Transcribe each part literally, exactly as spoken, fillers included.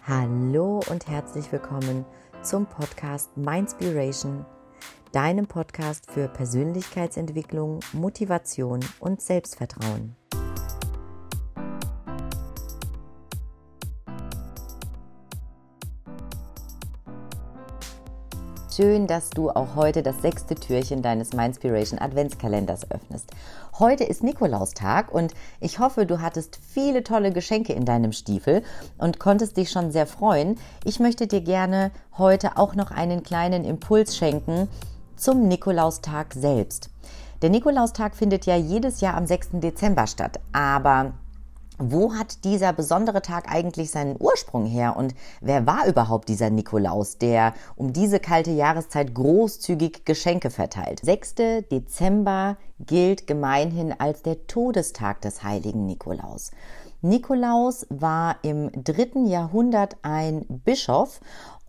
Hallo und herzlich willkommen zum Podcast Mindspiration, deinem Podcast für Persönlichkeitsentwicklung, Motivation und Selbstvertrauen. Schön, dass du auch heute das sechste Türchen deines Mindspiration Adventskalenders öffnest. Heute ist Nikolaustag und ich hoffe, du hattest viele tolle Geschenke in deinem Stiefel und konntest dich schon sehr freuen. Ich möchte dir gerne heute auch noch einen kleinen Impuls schenken zum Nikolaustag selbst. Der Nikolaustag findet ja jedes Jahr am sechsten Dezember statt, aber wo hat dieser besondere Tag eigentlich seinen Ursprung her und wer war überhaupt dieser Nikolaus, der um diese kalte Jahreszeit großzügig Geschenke verteilt? sechster Dezember gilt gemeinhin als der Todestag des heiligen Nikolaus. Nikolaus war im dritten Jahrhundert ein Bischof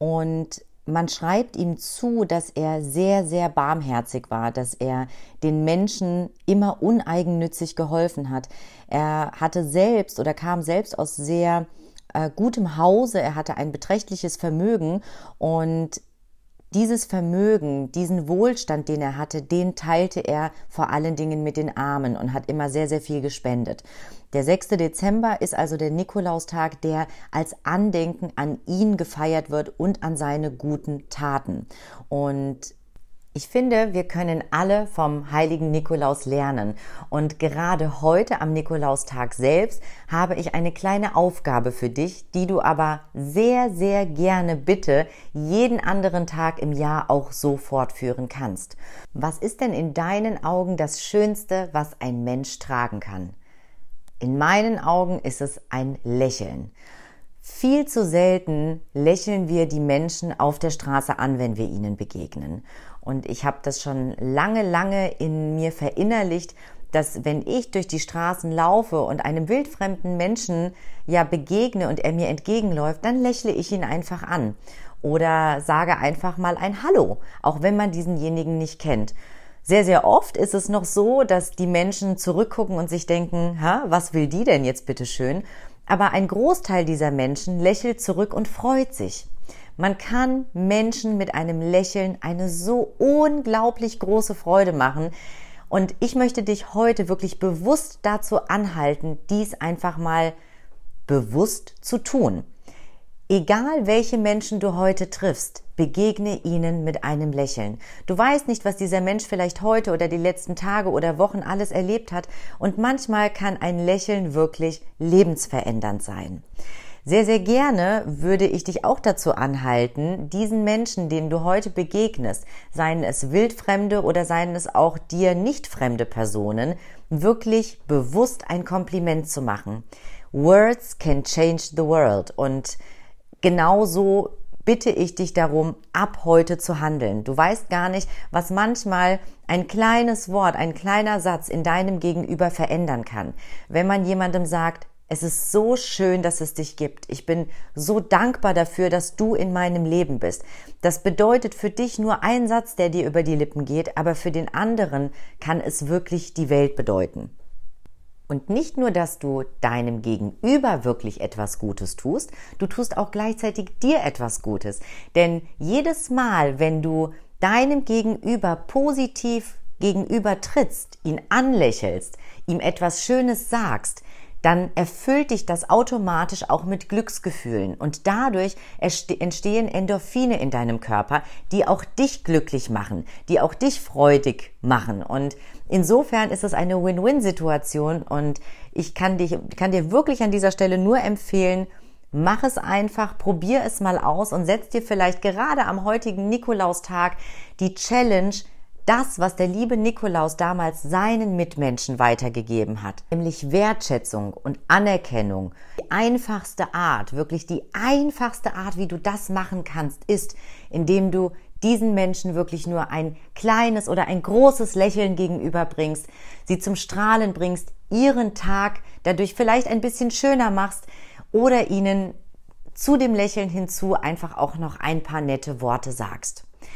und man schreibt ihm zu, dass er sehr, sehr barmherzig war, dass er den Menschen immer uneigennützig geholfen hat. Er hatte selbst oder kam selbst aus sehr äh, gutem Hause, er hatte ein beträchtliches Vermögen und dieses Vermögen, diesen Wohlstand, den er hatte, den teilte er vor allen Dingen mit den Armen und hat immer sehr, sehr viel gespendet. Der sechster Dezember ist also der Nikolaustag, der als Andenken an ihn gefeiert wird und an seine guten Taten. Und ich finde, wir können alle vom heiligen Nikolaus lernen. Und gerade heute am Nikolaustag selbst habe ich eine kleine Aufgabe für dich, die du aber sehr, sehr gerne bitte jeden anderen Tag im Jahr auch so fortführen kannst. Was ist denn in deinen Augen das Schönste, was ein Mensch tragen kann? In meinen Augen ist es ein Lächeln. Viel zu selten lächeln wir die Menschen auf der Straße an, wenn wir ihnen begegnen. Und ich habe das schon lange, lange in mir verinnerlicht, dass wenn ich durch die Straßen laufe und einem wildfremden Menschen ja begegne und er mir entgegenläuft, dann lächle ich ihn einfach an oder sage einfach mal ein Hallo, auch wenn man diesenjenigen nicht kennt. Sehr, sehr oft ist es noch so, dass die Menschen zurückgucken und sich denken, ha, was will die denn jetzt bitte schön? Aber ein Großteil dieser Menschen lächelt zurück und freut sich. Man kann Menschen mit einem Lächeln eine so unglaublich große Freude machen. Und ich möchte dich heute wirklich bewusst dazu anhalten, dies einfach mal bewusst zu tun. Egal welche Menschen du heute triffst, begegne ihnen mit einem Lächeln. Du weißt nicht, was dieser Mensch vielleicht heute oder die letzten Tage oder Wochen alles erlebt hat und manchmal kann ein Lächeln wirklich lebensverändernd sein. Sehr, sehr gerne würde ich dich auch dazu anhalten, diesen Menschen, denen du heute begegnest, seien es wildfremde oder seien es auch dir nicht fremde Personen, wirklich bewusst ein Kompliment zu machen. Words can change the world und genauso bitte ich dich darum, ab heute zu handeln. Du weißt gar nicht, was manchmal ein kleines Wort, ein kleiner Satz in deinem Gegenüber verändern kann. Wenn man jemandem sagt, es ist so schön, dass es dich gibt. Ich bin so dankbar dafür, dass du in meinem Leben bist. Das bedeutet für dich nur ein Satz, der dir über die Lippen geht, aber für den anderen kann es wirklich die Welt bedeuten. Und nicht nur, dass du deinem Gegenüber wirklich etwas Gutes tust, du tust auch gleichzeitig dir etwas Gutes. Denn jedes Mal, wenn du deinem Gegenüber positiv gegenüber trittst, ihn anlächelst, ihm etwas Schönes sagst, dann erfüllt dich das automatisch auch mit Glücksgefühlen und dadurch entstehen Endorphine in deinem Körper, die auch dich glücklich machen, die auch dich freudig machen und insofern ist es eine Win-Win-Situation und ich kann, dich, kann dir wirklich an dieser Stelle nur empfehlen, mach es einfach, probier es mal aus und setz dir vielleicht gerade am heutigen Nikolaustag die Challenge, das, was der liebe Nikolaus damals seinen Mitmenschen weitergegeben hat, nämlich Wertschätzung und Anerkennung. Die einfachste Art, wirklich die einfachste Art, wie du das machen kannst, ist, indem du diesen Menschen wirklich nur ein kleines oder ein großes Lächeln gegenüberbringst, sie zum Strahlen bringst, ihren Tag dadurch vielleicht ein bisschen schöner machst oder ihnen zu dem Lächeln hinzu einfach auch noch ein paar nette Worte sagst.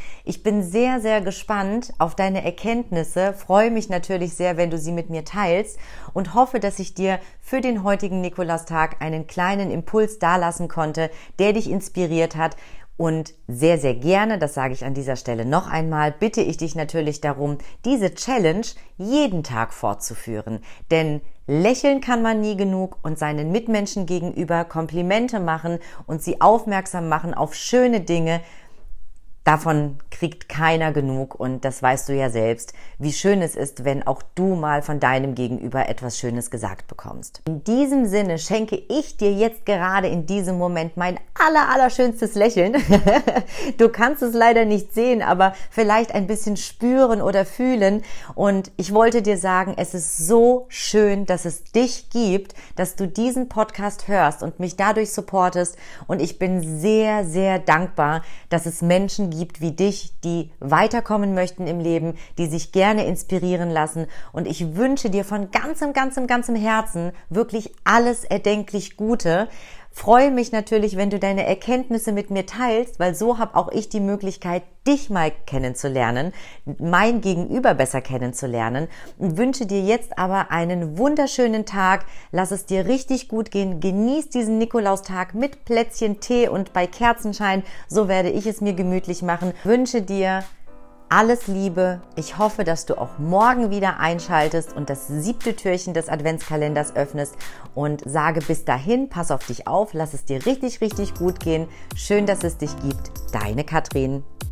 Ich bin sehr, sehr gespannt auf deine Erkenntnisse, freue mich natürlich sehr, wenn du sie mit mir teilst und hoffe, dass ich dir für den heutigen Nikolaustag einen kleinen Impuls dalassen konnte, der dich inspiriert hat. Und sehr, sehr gerne, das sage ich an dieser Stelle noch einmal, bitte ich dich natürlich darum, diese Challenge jeden Tag fortzuführen. Denn lächeln kann man nie genug und seinen Mitmenschen gegenüber Komplimente machen und sie aufmerksam machen auf schöne Dinge. Davon kriegt keiner genug und das weißt du ja selbst, wie schön es ist, wenn auch du mal von deinem Gegenüber etwas Schönes gesagt bekommst. In diesem Sinne schenke ich dir jetzt gerade in diesem Moment mein aller, allerschönstes Lächeln. Du kannst es leider nicht sehen, aber vielleicht ein bisschen spüren oder fühlen. Und ich wollte dir sagen, es ist so schön, dass es dich gibt, dass du diesen Podcast hörst und mich dadurch supportest. Und ich bin sehr, sehr dankbar, dass es Menschen gibt, gibt wie dich, die weiterkommen möchten im Leben, die sich gerne inspirieren lassen. Und ich wünsche dir von ganzem, ganzem, ganzem Herzen wirklich alles erdenklich Gute. Freue mich natürlich, wenn du deine Erkenntnisse mit mir teilst, weil so habe auch ich die Möglichkeit, dich mal kennenzulernen, mein Gegenüber besser kennenzulernen und wünsche dir jetzt aber einen wunderschönen Tag. Lass es dir richtig gut gehen. Genieß diesen Nikolaustag mit Plätzchen, Tee und bei Kerzenschein. So werde ich es mir gemütlich machen. Wünsche dir alles Liebe. Ich hoffe, dass du auch morgen wieder einschaltest und das siebte Türchen des Adventskalenders öffnest und sage bis dahin, pass auf dich auf, lass es dir richtig, richtig gut gehen. Schön, dass es dich gibt. Deine Katrin.